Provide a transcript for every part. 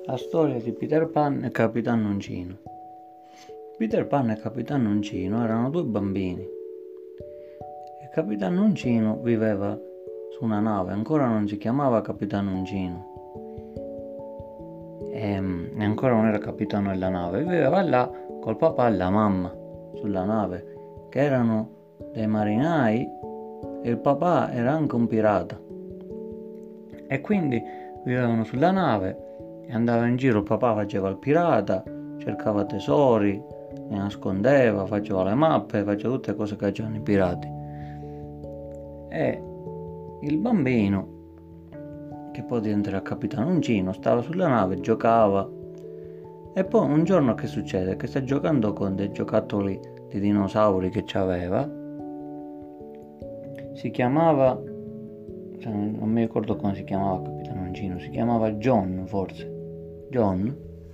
La storia di Peter Pan e Capitan Uncino. Peter Pan e Capitan Uncino erano due bambini e Capitan Uncino viveva su una nave, ancora non si chiamava Capitan Uncino e ancora non era capitano della nave, viveva là col papà e la mamma sulla nave, che erano dei marinai e il papà era anche un pirata e quindi vivevano sulla nave e andava in giro. Il papà faceva il pirata, cercava tesori, ne nascondeva, faceva le mappe, faceva tutte cose che facevano i pirati. E il bambino, che poi diventerà capitano Uncino, stava sulla nave, giocava. E poi un giorno che succede? Che sta giocando con dei giocattoli di dinosauri che c'aveva. Si chiamava, non mi ricordo come si chiamava capitano Uncino, si chiamava John forse. John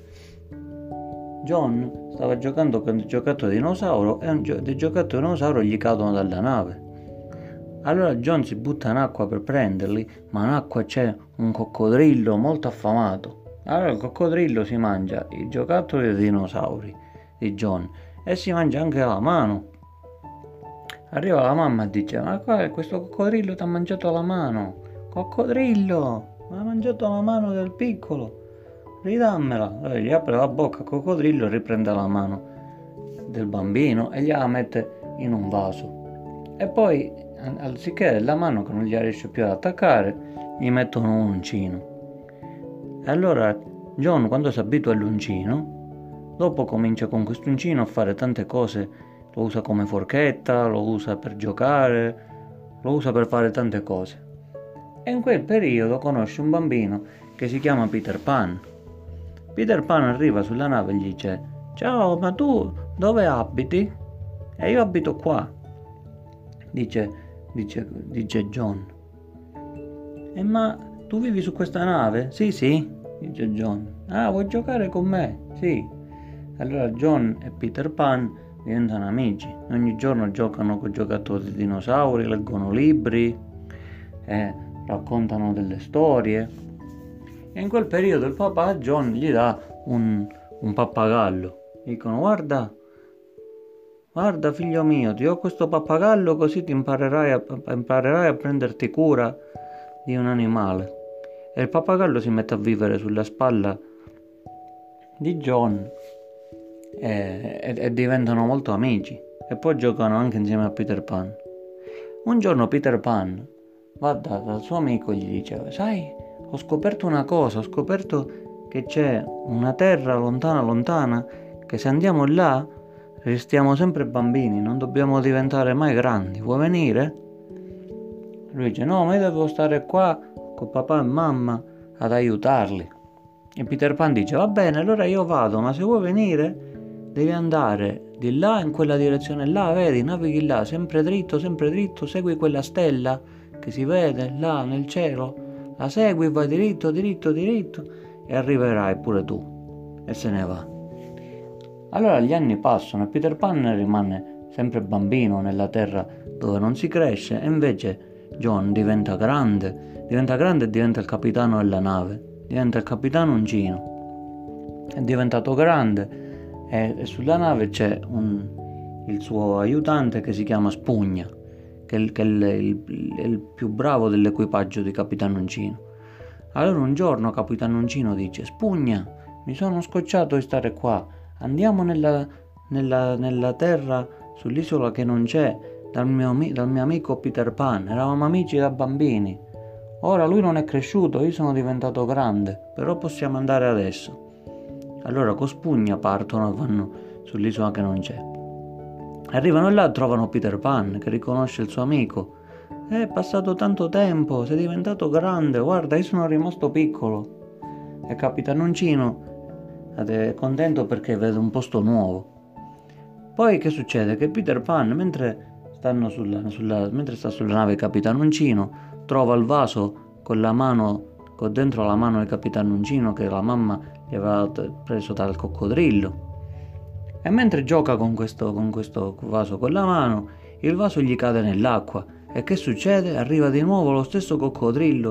stava giocando con dei giocattoli di dinosauro e dei giocattoli di dinosauro gli cadono dalla nave. Allora John si butta in acqua per prenderli, ma in acqua c'è un coccodrillo molto affamato. Allora il coccodrillo si mangia i giocattoli dei dinosauri di John e si mangia anche la mano. Arriva la mamma e dice: ma questo coccodrillo ti ha mangiato la mano. Coccodrillo, mi ha mangiato la mano del piccolo, ridammela. Allora gli apre la bocca il coccodrillo, riprende la mano del bambino e gliela mette in un vaso. E poi, anziché della mano che non gli riesce più ad attaccare, gli mettono un uncino. E allora John, quando si abitua all'uncino, dopo comincia con questo uncino a fare tante cose. Lo usa come forchetta, lo usa per giocare, lo usa per fare tante cose. E in quel periodo conosce un bambino che si chiama Peter Pan. Peter Pan arriva sulla nave e gli dice: ciao, ma tu dove abiti? E io abito qua, dice John. E ma tu vivi su questa nave? Sì, dice John. Ah, vuoi giocare con me? Sì. Allora John e Peter Pan diventano amici, ogni giorno giocano con giocattoli di dinosauri, leggono libri e raccontano delle storie. E in quel periodo il papà a John gli dà un pappagallo. Dicono: guarda figlio mio, ti do questo pappagallo così ti imparerai a prenderti cura di un animale. E il pappagallo si mette a vivere sulla spalla di John e diventano molto amici e poi giocano anche insieme a Peter Pan. Un giorno Peter Pan va dal suo amico e gli dice: sai, ho scoperto una cosa, ho scoperto che c'è una terra lontana che se andiamo là restiamo sempre bambini, non dobbiamo diventare mai grandi, vuoi venire? Lui dice: no, ma io devo stare qua con papà e mamma ad aiutarli. E Peter Pan dice: va bene, allora io vado, ma se vuoi venire devi andare di là in quella direzione là, vedi, navighi là, sempre dritto, segui quella stella che si vede là nel cielo, la segui, vai diritto e arriverai pure tu. E se ne va. Allora gli anni passano e Peter Pan rimane sempre bambino nella terra dove non si cresce, e invece John diventa grande e diventa il capitano della nave, diventa il capitano Uncino. È diventato grande e sulla nave c'è il suo aiutante che si chiama Spugna, che è il più bravo dell'equipaggio di Capitano Uncino. Allora un giorno Capitano Uncino dice: Spugna, mi sono scocciato di stare qua, andiamo nella terra, sull'isola che non c'è, dal mio amico Peter Pan, eravamo amici da bambini. Ora lui non è cresciuto, io sono diventato grande, però possiamo andare adesso. Allora con Spugna partono e vanno sull'isola che non c'è. Arrivano là e trovano Peter Pan che riconosce il suo amico. È passato tanto tempo, sei diventato grande, guarda, io sono rimasto piccolo. E Capitano Uncino è contento perché vede un posto nuovo. Poi che succede? Che Peter Pan, mentre sta sulla nave Capitano Uncino, trova il vaso con dentro la mano di Capitano Uncino che la mamma gli aveva preso dal coccodrillo. E mentre gioca con questo vaso con la mano, il vaso gli cade nell'acqua. E che succede? Arriva di nuovo lo stesso coccodrillo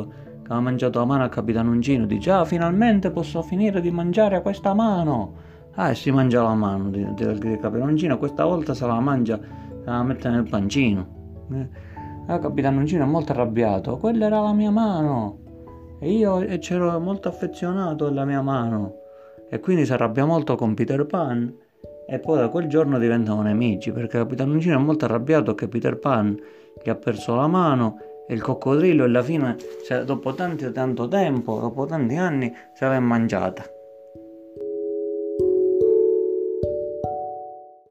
che aveva mangiato la mano a Capitanuncino, dice: ah, finalmente posso finire di mangiare questa mano. Ah, e si mangia la mano di Capitanuncino, questa volta se la mangia, se la mette nel pancino. Capitanuncino è molto arrabbiato, quella era la mia mano e io c'ero molto affezionato alla mia mano, e quindi si arrabbia molto con Peter Pan, e poi da quel giorno diventano nemici perché Capitanuncino è molto arrabbiato che Peter Pan gli ha perso la mano, e il coccodrillo alla fine, dopo tanto tempo, dopo tanti anni, se l'è mangiata.